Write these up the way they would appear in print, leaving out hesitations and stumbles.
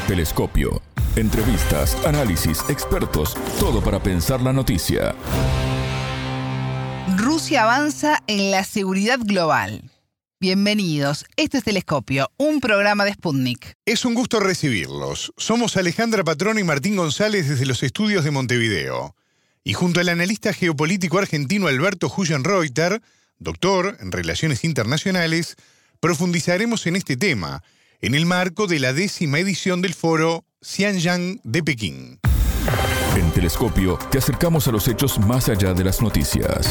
Telescopio. Entrevistas, análisis, expertos, todo para pensar la noticia. Rusia avanza en la seguridad global. Bienvenidos, esto es Telescopio, un programa de Sputnik. Es un gusto recibirlos. Somos Alejandra Patrón y Martín González desde los estudios de Montevideo. Y junto al analista geopolítico argentino Alberto Hugenreuter, doctor en Relaciones Internacionales, profundizaremos en este tema, en el marco de la 10ª edición del foro Xianyang de Pekín. En Telescopio te acercamos a los hechos más allá de las noticias.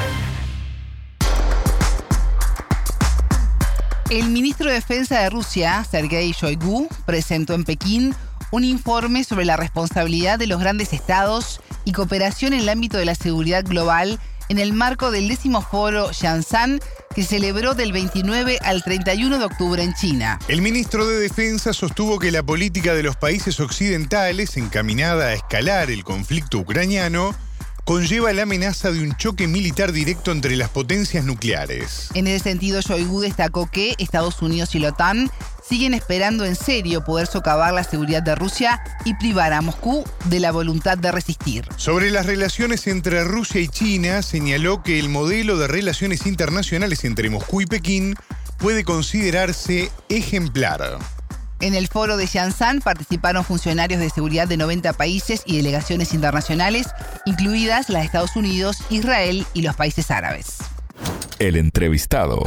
El ministro de Defensa de Rusia, Sergei Shoigu, presentó en Pekín un informe sobre la responsabilidad de los grandes estados y cooperación en el ámbito de la seguridad global en el marco del 10º foro Xianyang, que se celebró del 29 al 31 de octubre en China. El ministro de Defensa sostuvo que la política de los países occidentales, encaminada a escalar el conflicto ucraniano, conlleva la amenaza de un choque militar directo entre las potencias nucleares. En ese sentido, Shoigu destacó que Estados Unidos y la OTAN siguen esperando en serio poder socavar la seguridad de Rusia y privar a Moscú de la voluntad de resistir. Sobre las relaciones entre Rusia y China, señaló que el modelo de relaciones internacionales entre Moscú y Pekín puede considerarse ejemplar. En el foro de Xianyang participaron funcionarios de seguridad de 90 países y delegaciones internacionales, incluidas las de Estados Unidos, Israel y los países árabes. El entrevistado.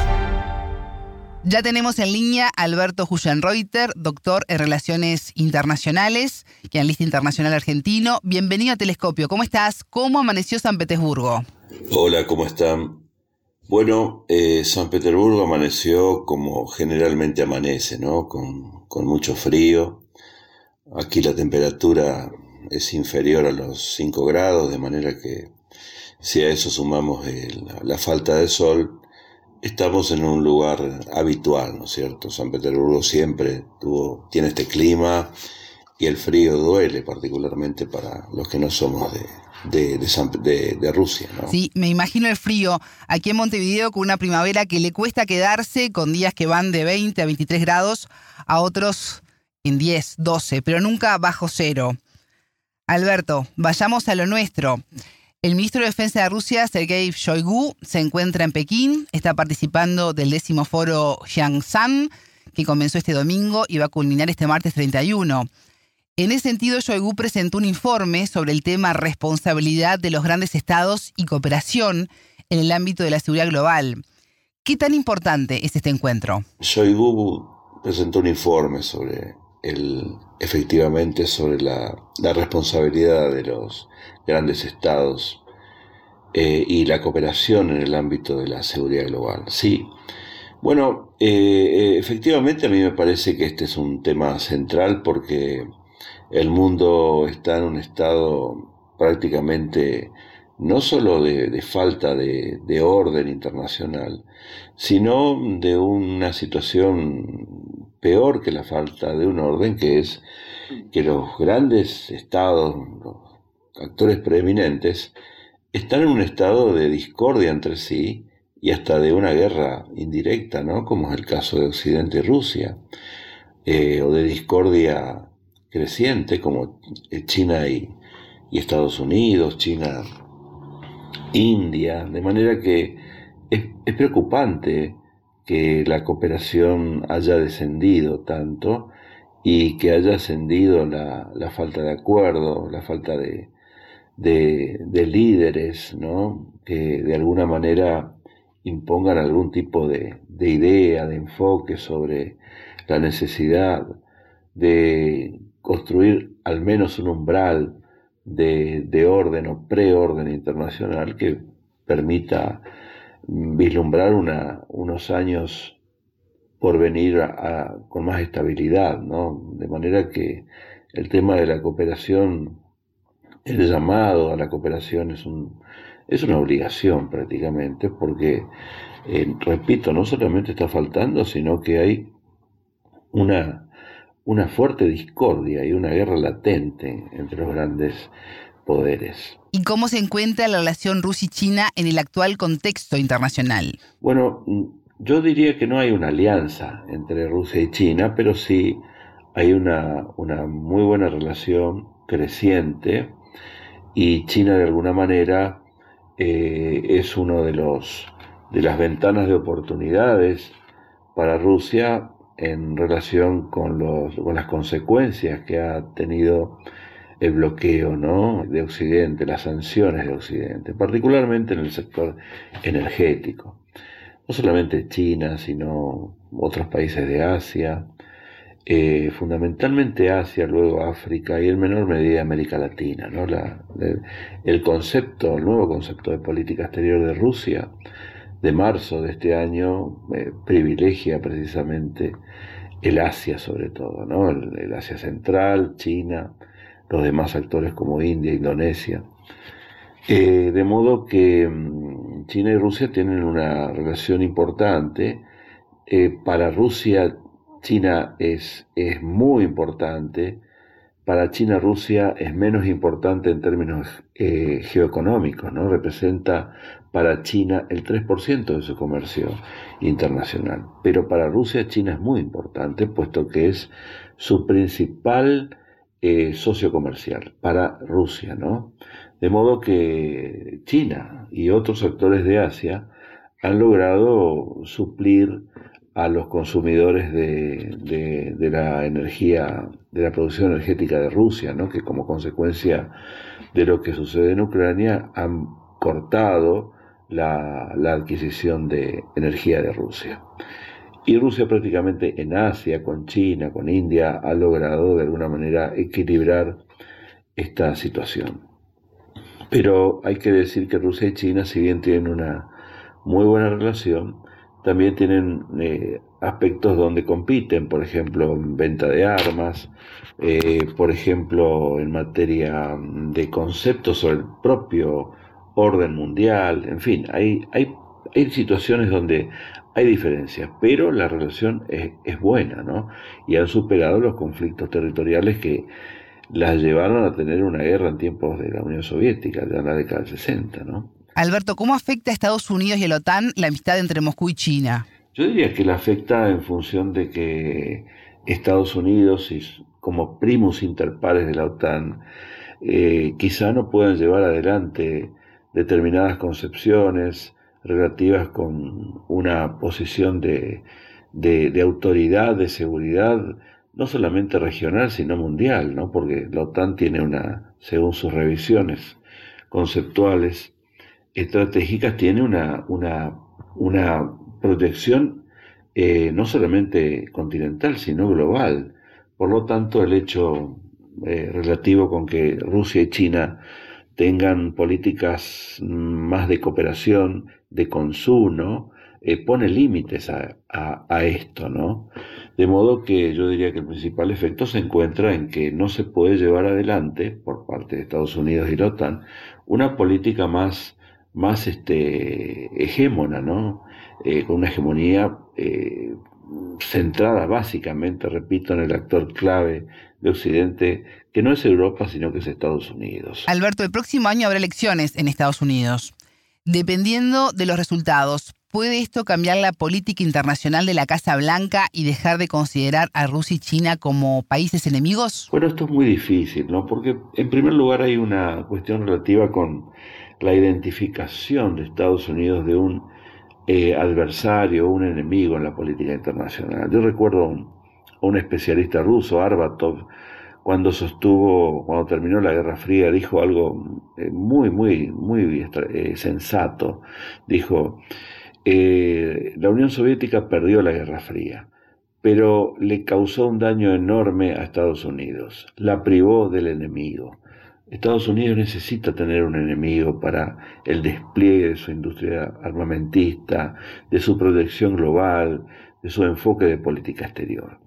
Ya tenemos en línea a Alberto Hugenreuter, doctor en Relaciones Internacionales y analista internacional argentino. Bienvenido a Telescopio. ¿Cómo estás? ¿Cómo amaneció San Petersburgo? Hola, ¿cómo están? Bueno, San Petersburgo amaneció como generalmente amanece, ¿no? Con mucho frío. Aquí la temperatura es inferior a los 5 grados, de manera que si a eso sumamos la falta de sol, estamos en un lugar habitual, ¿no es cierto? San Petersburgo siempre tiene este clima y el frío duele, particularmente para los que no somos de Rusia, ¿no? Sí, me imagino el frío aquí en Montevideo, con una primavera que le cuesta quedarse, con días que van de 20 a 23 grados, a otros en 10, 12, pero nunca bajo cero. Alberto, vayamos a lo nuestro. El ministro de Defensa de Rusia, Sergei Shoigu, se encuentra en Pekín, está participando del 10º foro Xianyang, que comenzó este domingo y va a culminar este martes 31. En ese sentido, Shoigu presentó un informe sobre el tema responsabilidad de los grandes estados y cooperación en el ámbito de la seguridad global. ¿Qué tan importante es este encuentro? Shoigu presentó un informe efectivamente sobre la responsabilidad de los grandes estados y la cooperación en el ámbito de la seguridad global. Sí, bueno, efectivamente a mí me parece que este es un tema central porque el mundo está en un estado prácticamente no solo de falta de orden internacional, sino de una situación peor que la falta de un orden, que es que los grandes estados, los actores preeminentes, están en un estado de discordia entre sí y hasta de una guerra indirecta, ¿no? Como es el caso de Occidente y Rusia, o de discordia creciente como China y Estados Unidos, China, India, de manera que es preocupante que la cooperación haya descendido tanto y que haya ascendido la falta de acuerdo, la falta de líderes, ¿no? Que de alguna manera impongan algún tipo de idea, de enfoque sobre la necesidad de construir al menos un umbral de orden o preorden internacional que permita vislumbrar unos años por venir con más estabilidad, ¿no? De manera que el tema de la cooperación, el llamado a la cooperación es una obligación prácticamente, porque, repito, no solamente está faltando, sino que hay una fuerte discordia y una guerra latente entre los grandes poderes. ¿Y cómo se encuentra la relación Rusia y China en el actual contexto internacional? Bueno, yo diría que no hay una alianza entre Rusia y China, pero sí hay una muy buena relación creciente, y China de alguna manera es uno de las ventanas de oportunidades para Rusia en relación con las consecuencias que ha tenido el bloqueo, ¿no?, de Occidente, las sanciones de Occidente, particularmente en el sector energético. No solamente China, sino otros países de Asia, fundamentalmente Asia, luego África y en menor medida América Latina, ¿no? El nuevo concepto de política exterior de Rusia de marzo de este año privilegia precisamente el Asia sobre todo, ¿no? El Asia Central, China, los demás actores como India, Indonesia. De modo que China y Rusia tienen una relación importante. Para Rusia, China es muy importante. Para China, Rusia es menos importante en términos geoeconómicos, ¿no? Representa para China el 3% de su comercio internacional. Pero para Rusia, China es muy importante, puesto que es su principal socio comercial para Rusia, ¿no? De modo que China y otros actores de Asia han logrado suplir a los consumidores de la energía, de la producción energética de Rusia, ¿no?, que como consecuencia de lo que sucede en Ucrania han cortado la adquisición de energía de Rusia. Y Rusia prácticamente en Asia, con China, con India, ha logrado de alguna manera equilibrar esta situación. Pero hay que decir que Rusia y China, si bien tienen una muy buena relación, también tienen aspectos donde compiten, por ejemplo, en venta de armas, por ejemplo, en materia de conceptos sobre el propio orden mundial, en fin, hay situaciones donde hay diferencias, pero la relación es buena, ¿no? Y han superado los conflictos territoriales que las llevaron a tener una guerra en tiempos de la Unión Soviética, ya en la década del 60, ¿no? Alberto, ¿cómo afecta a Estados Unidos y a la OTAN la amistad entre Moscú y China? Yo diría que la afecta en función de que Estados Unidos, como primus inter pares de la OTAN, quizá no puedan llevar adelante determinadas concepciones relativas con una posición de autoridad, de seguridad, no solamente regional, sino mundial, ¿no? Porque la OTAN tiene según sus revisiones conceptuales estratégicas, tiene una proyección no solamente continental, sino global. Por lo tanto, el hecho relativo con que Rusia y China tengan políticas más de cooperación, de consumo, pone límites a esto, ¿no? De modo que yo diría que el principal efecto se encuentra en que no se puede llevar adelante, por parte de Estados Unidos y la OTAN, una política más hegemona, ¿no? Con una hegemonía centrada básicamente, repito, en el actor clave de Occidente, que no es Europa, sino que es Estados Unidos. Alberto, el próximo año habrá elecciones en Estados Unidos. Dependiendo de los resultados, ¿puede esto cambiar la política internacional de la Casa Blanca y dejar de considerar a Rusia y China como países enemigos? Bueno, esto es muy difícil, ¿no? Porque en primer lugar hay una cuestión relativa con la identificación de Estados Unidos de un adversario, un enemigo en la política internacional. Yo recuerdo a un especialista ruso, Arbatov, cuando terminó la Guerra Fría, dijo algo muy sensato. Dijo, la Unión Soviética perdió la Guerra Fría, pero le causó un daño enorme a Estados Unidos, la privó del enemigo. Estados Unidos necesita tener un enemigo para el despliegue de su industria armamentista, de su proyección global, de su enfoque de política exterior.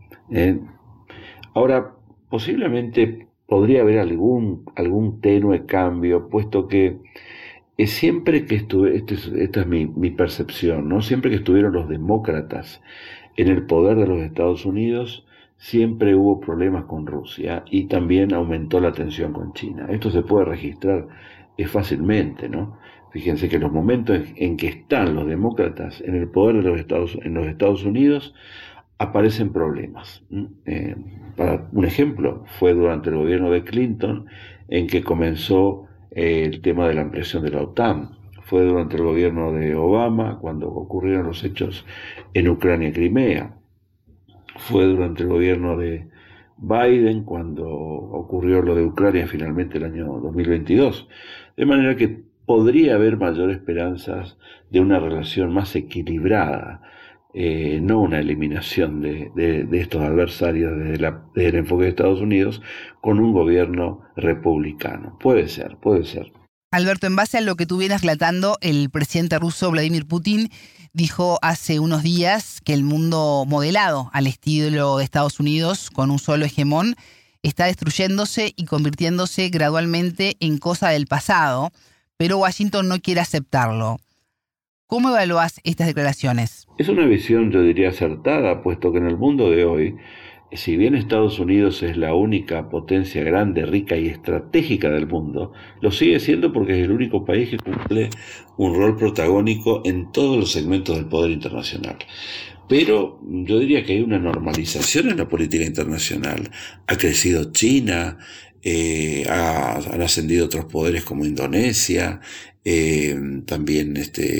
Ahora, posiblemente podría haber algún tenue cambio, puesto que siempre que esta es mi percepción, ¿no? Siempre que estuvieron los demócratas en el poder de los Estados Unidos, siempre hubo problemas con Rusia y también aumentó la tensión con China. Esto se puede registrar fácilmente, ¿no? Fíjense que los momentos en que están los demócratas en el poder de los Estados Unidos, aparecen problemas. Para un ejemplo, fue durante el gobierno de Clinton en que comenzó el tema de la ampliación de la OTAN. Fue durante el gobierno de Obama cuando ocurrieron los hechos en Ucrania y Crimea. Fue durante el gobierno de Biden cuando ocurrió lo de Ucrania finalmente el año 2022. De manera que podría haber mayores esperanzas de una relación más equilibrada, no una eliminación de estos adversarios desde el enfoque de Estados Unidos con un gobierno republicano. Puede ser. Alberto, en base a lo que tú vienes relatando, el presidente ruso Vladimir Putin dijo hace unos días que el mundo modelado al estilo de Estados Unidos, con un solo hegemón, está destruyéndose y convirtiéndose gradualmente en cosa del pasado, pero Washington no quiere aceptarlo. ¿Cómo evalúas estas declaraciones? Es una visión, yo diría, acertada, puesto que en el mundo de hoy, si bien Estados Unidos es la única potencia grande, rica y estratégica del mundo, lo sigue siendo porque es el único país que cumple un rol protagónico en todos los segmentos del poder internacional. Pero yo diría que hay una normalización en la política internacional. Ha crecido China, han ascendido otros poderes como Indonesia, también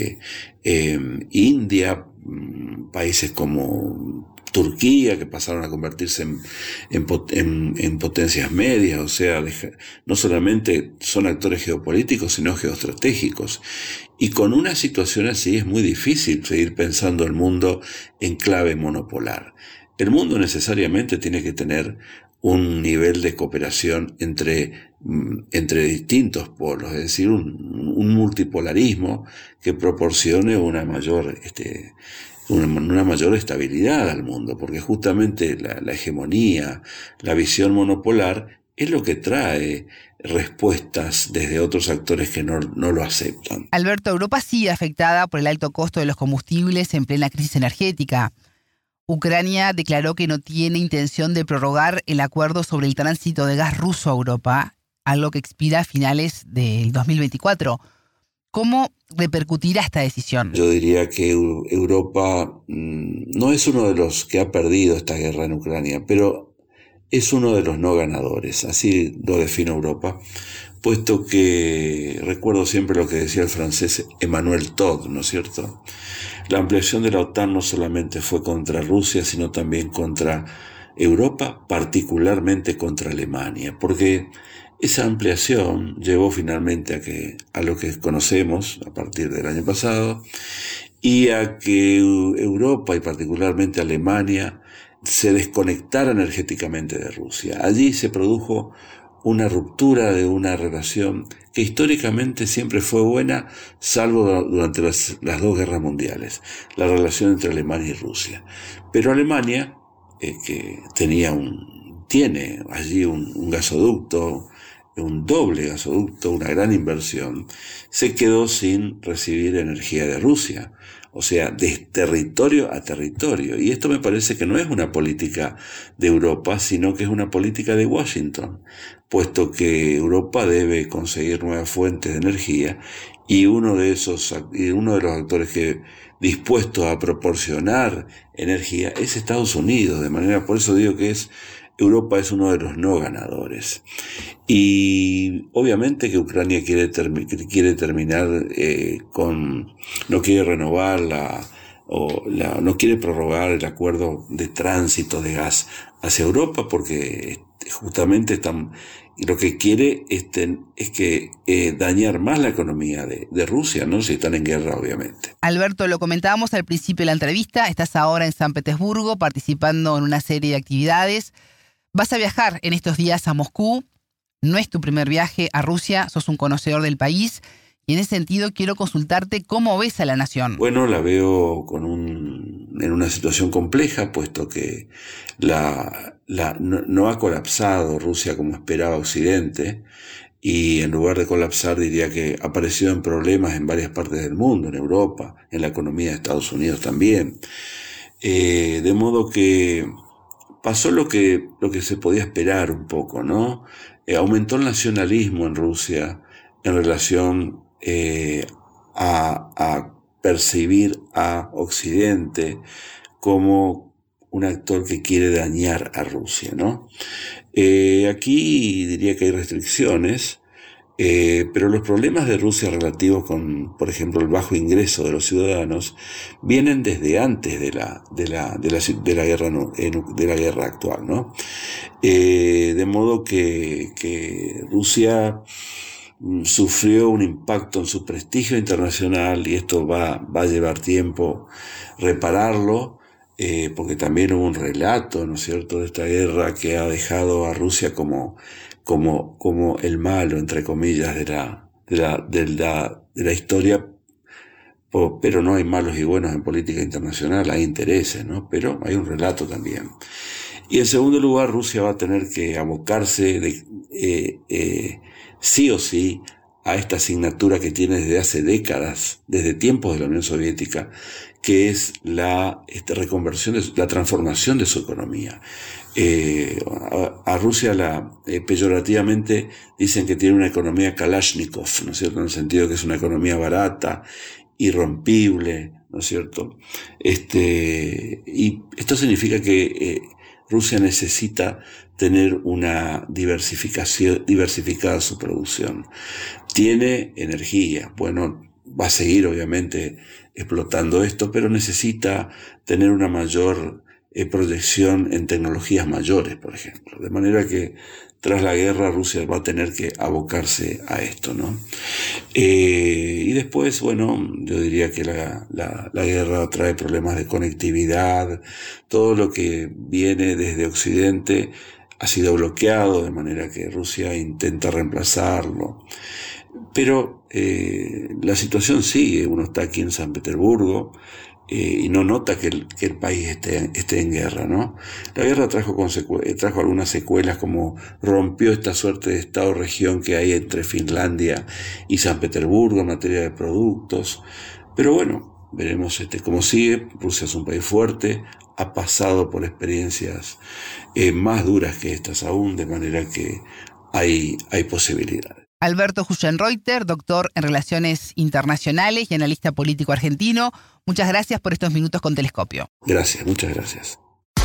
India, países como Turquía, que pasaron a convertirse en potencias medias, o sea, no solamente son actores geopolíticos, sino geoestratégicos. Y con una situación así es muy difícil seguir pensando el mundo en clave monopolar. El mundo necesariamente tiene que tener un nivel de cooperación entre distintos polos, es decir, un multipolarismo que proporcione una mayor estabilidad al mundo, porque justamente la hegemonía, la visión monopolar es lo que trae respuestas desde otros actores que no lo aceptan. Alberto, Europa sigue afectada por el alto costo de los combustibles en plena crisis energética. Ucrania declaró que no tiene intención de prorrogar el acuerdo sobre el tránsito de gas ruso a Europa, algo que expira a finales del 2024. ¿Cómo repercutirá esta decisión? Yo diría que Europa no es uno de los que ha perdido esta guerra en Ucrania, pero es uno de los no ganadores, así lo define Europa, puesto que recuerdo siempre lo que decía el francés Emmanuel Todd, ¿no es cierto? La ampliación de la OTAN no solamente fue contra Rusia, sino también contra Europa, particularmente contra Alemania, porque esa ampliación llevó finalmente a lo que conocemos a partir del año pasado y a que Europa y particularmente Alemania se desconectara energéticamente de Rusia. Allí se produjo una ruptura de una relación que históricamente siempre fue buena, salvo durante las dos guerras mundiales, la relación entre Alemania y Rusia. Pero Alemania, que tiene allí un gasoducto, un doble gasoducto, una gran inversión, se quedó sin recibir energía de Rusia, o sea, de territorio a territorio. Y esto me parece que no es una política de Europa, sino que es una política de Washington, puesto que Europa debe conseguir nuevas fuentes de energía y uno de los actores que dispuestos a proporcionar energía es Estados Unidos, de manera, por eso digo que Europa es uno de los no ganadores. Y obviamente que Ucrania quiere terminar no quiere renovar no quiere prorrogar el acuerdo de tránsito de gas hacia Europa, porque justamente lo que quiere es que dañar más la economía de Rusia, ¿no? Si están en guerra, obviamente. Alberto, lo comentábamos al principio de la entrevista, estás ahora en San Petersburgo participando en una serie de actividades. Vas a viajar en estos días a Moscú. No es tu primer viaje a Rusia, sos un conocedor del país. Y en ese sentido quiero consultarte cómo ves a la nación. Bueno, la veo en una situación compleja, puesto que no ha colapsado Rusia como esperaba Occidente, y en lugar de colapsar diría que ha aparecido en problemas en varias partes del mundo, en Europa, en la economía de Estados Unidos también. De modo que pasó lo que se podía esperar un poco, ¿no? Aumentó el nacionalismo en Rusia en relación a percibir a Occidente como un actor que quiere dañar a Rusia, ¿no? Aquí diría que hay restricciones, pero los problemas de Rusia relativos con, por ejemplo, el bajo ingreso de los ciudadanos vienen desde antes de la guerra actual, ¿no? De modo que Rusia sufrió un impacto en su prestigio internacional, y esto va a llevar tiempo repararlo, porque también hubo un relato, ¿no es cierto?, de esta guerra que ha dejado a Rusia como el malo, entre comillas, de la historia. Pero no hay malos y buenos en política internacional, hay intereses, ¿no? Pero hay un relato también. Y en segundo lugar, Rusia va a tener que abocarse sí o sí a esta asignatura que tiene desde hace décadas, desde tiempos de la Unión Soviética, que es la reconversión, la transformación de su economía. A Rusia peyorativamente dicen que tiene una economía Kalashnikov, ¿no es cierto?, en el sentido que es una economía barata, irrompible, ¿no es cierto? Y esto significa que Rusia necesita tener una diversificada su producción. Tiene energía, bueno, va a seguir obviamente explotando esto, pero necesita tener una mayor proyección en tecnologías mayores, por ejemplo. De manera que tras la guerra Rusia va a tener que abocarse a esto, ¿no? Y después, bueno, yo diría que la guerra trae problemas de conectividad. Todo lo que viene desde Occidente ha sido bloqueado, de manera que Rusia intenta reemplazarlo. Pero la situación sigue. Uno está aquí en San Petersburgo y no nota que el país esté en guerra, ¿no? La guerra trajo algunas secuelas, como rompió esta suerte de estado-región que hay entre Finlandia y San Petersburgo en materia de productos. Pero bueno, veremos cómo sigue. Rusia es un país fuerte, ha pasado por experiencias más duras que estas aún, de manera que hay posibilidades. Alberto Huyenreuter, doctor en Relaciones Internacionales y analista político argentino, muchas gracias por estos minutos con Telescopio. Gracias, muchas gracias.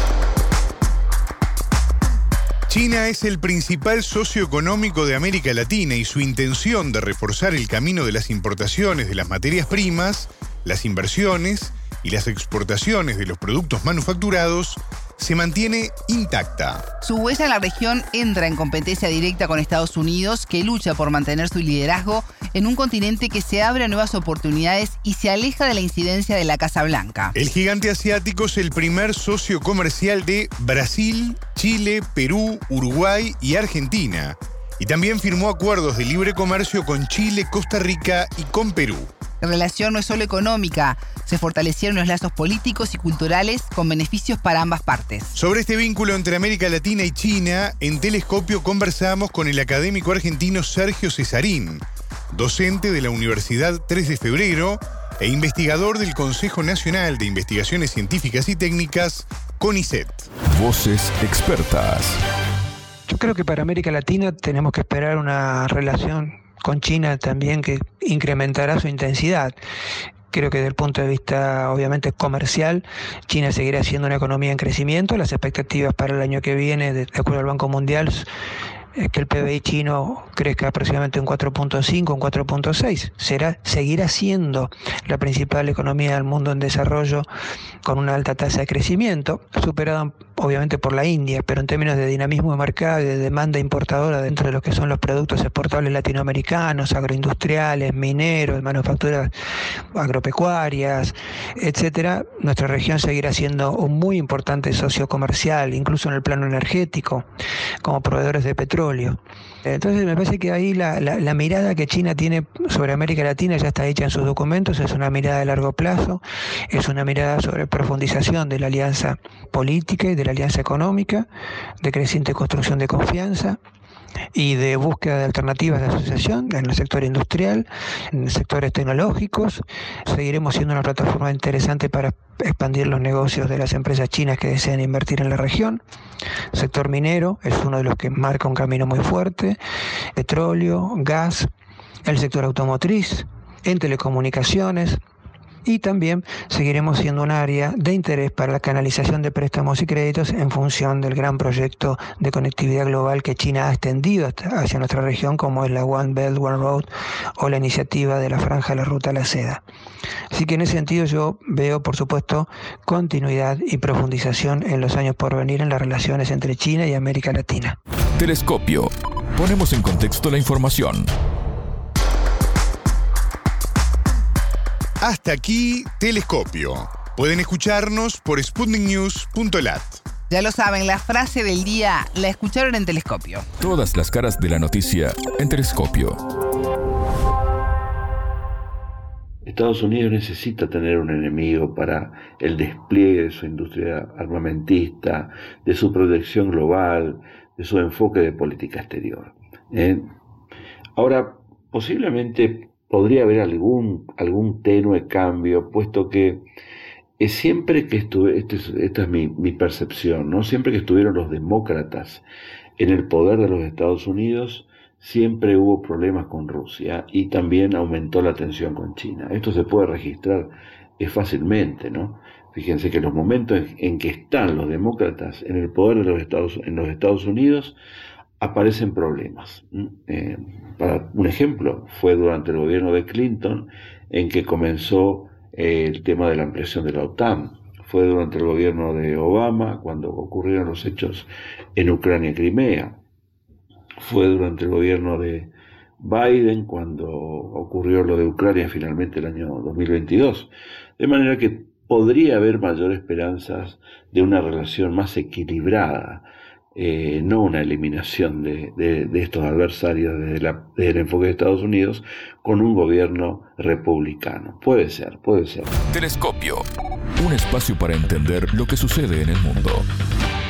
China es el principal socio económico de América Latina y su intención de reforzar el camino de las importaciones de las materias primas, las inversiones y las exportaciones de los productos manufacturados se mantiene intacta. Su huella en la región entra en competencia directa con Estados Unidos, que lucha por mantener su liderazgo en un continente que se abre a nuevas oportunidades y se aleja de la incidencia de la Casa Blanca. El gigante asiático es el primer socio comercial de Brasil, Chile, Perú, Uruguay y Argentina. Y también firmó acuerdos de libre comercio con Chile, Costa Rica y con Perú. La relación no es solo económica, se fortalecieron los lazos políticos y culturales con beneficios para ambas partes. Sobre este vínculo entre América Latina y China, en Telescopio conversamos con el académico argentino Sergio Cesarín, docente de la Universidad 3 de Febrero e investigador del Consejo Nacional de Investigaciones Científicas y Técnicas, CONICET. Voces expertas. Yo creo que para América Latina tenemos que esperar una relación con China también que incrementará su intensidad. Creo que desde el punto de vista obviamente comercial, China seguirá siendo una economía en crecimiento. Las expectativas para el año que viene, de acuerdo al Banco Mundial, es que el PBI chino crezca aproximadamente un 4.5, un 4.6. Seguirá siendo la principal economía del mundo en desarrollo, con una alta tasa de crecimiento, superada obviamente por la India, pero en términos de dinamismo de mercado y de demanda importadora dentro de lo que son los productos exportables latinoamericanos, agroindustriales, mineros, manufacturas agropecuarias, etcétera, nuestra región seguirá siendo un muy importante socio comercial, incluso en el plano energético, como proveedores de petróleo. Entonces me parece que ahí la mirada que China tiene sobre América Latina ya está hecha en sus documentos, es una mirada de largo plazo, es una mirada sobre profundización de la alianza política y de la alianza económica, de creciente construcción de confianza y de búsqueda de alternativas de asociación en el sector industrial, en sectores tecnológicos. Seguiremos siendo una plataforma interesante para expandir los negocios de las empresas chinas que desean invertir en la región. El sector minero es uno de los que marca un camino muy fuerte, petróleo, gas, el sector automotriz, en telecomunicaciones y también seguiremos siendo un área de interés para la canalización de préstamos y créditos en función del gran proyecto de conectividad global que China ha extendido hacia nuestra región, como es la One Belt, One Road o la iniciativa de la Franja de la Ruta a la Seda. Así que en ese sentido yo veo, por supuesto, continuidad y profundización en los años por venir en las relaciones entre China y América Latina. Telescopio. Ponemos en contexto la información. Hasta aquí, Telescopio. Pueden escucharnos por sputniknews.lat. Ya lo saben, la frase del día la escucharon en Telescopio. Todas las caras de la noticia en Telescopio. Estados Unidos necesita tener un enemigo para el despliegue de su industria armamentista, de su proyección global, de su enfoque de política exterior. Ahora, posiblemente podría haber algún tenue cambio, puesto que siempre que esta es mi percepción, ¿no? Siempre que estuvieron los demócratas en el poder de los Estados Unidos, siempre hubo problemas con Rusia y también aumentó la tensión con China. Esto se puede registrar fácilmente, ¿no? Fíjense que los momentos en que están los demócratas en el poder de en los Estados Unidos aparecen problemas. Para un ejemplo, fue durante el gobierno de Clinton en que comenzó el tema de la ampliación de la OTAN. Fue durante el gobierno de Obama cuando ocurrieron los hechos en Ucrania y Crimea. Fue durante el gobierno de Biden cuando ocurrió lo de Ucrania finalmente el año 2022. De manera que podría haber mayores esperanzas de una relación más equilibrada, no una eliminación de estos adversarios desde el enfoque de Estados Unidos con un gobierno republicano. Puede ser. Telescopio. Un espacio para entender lo que sucede en el mundo.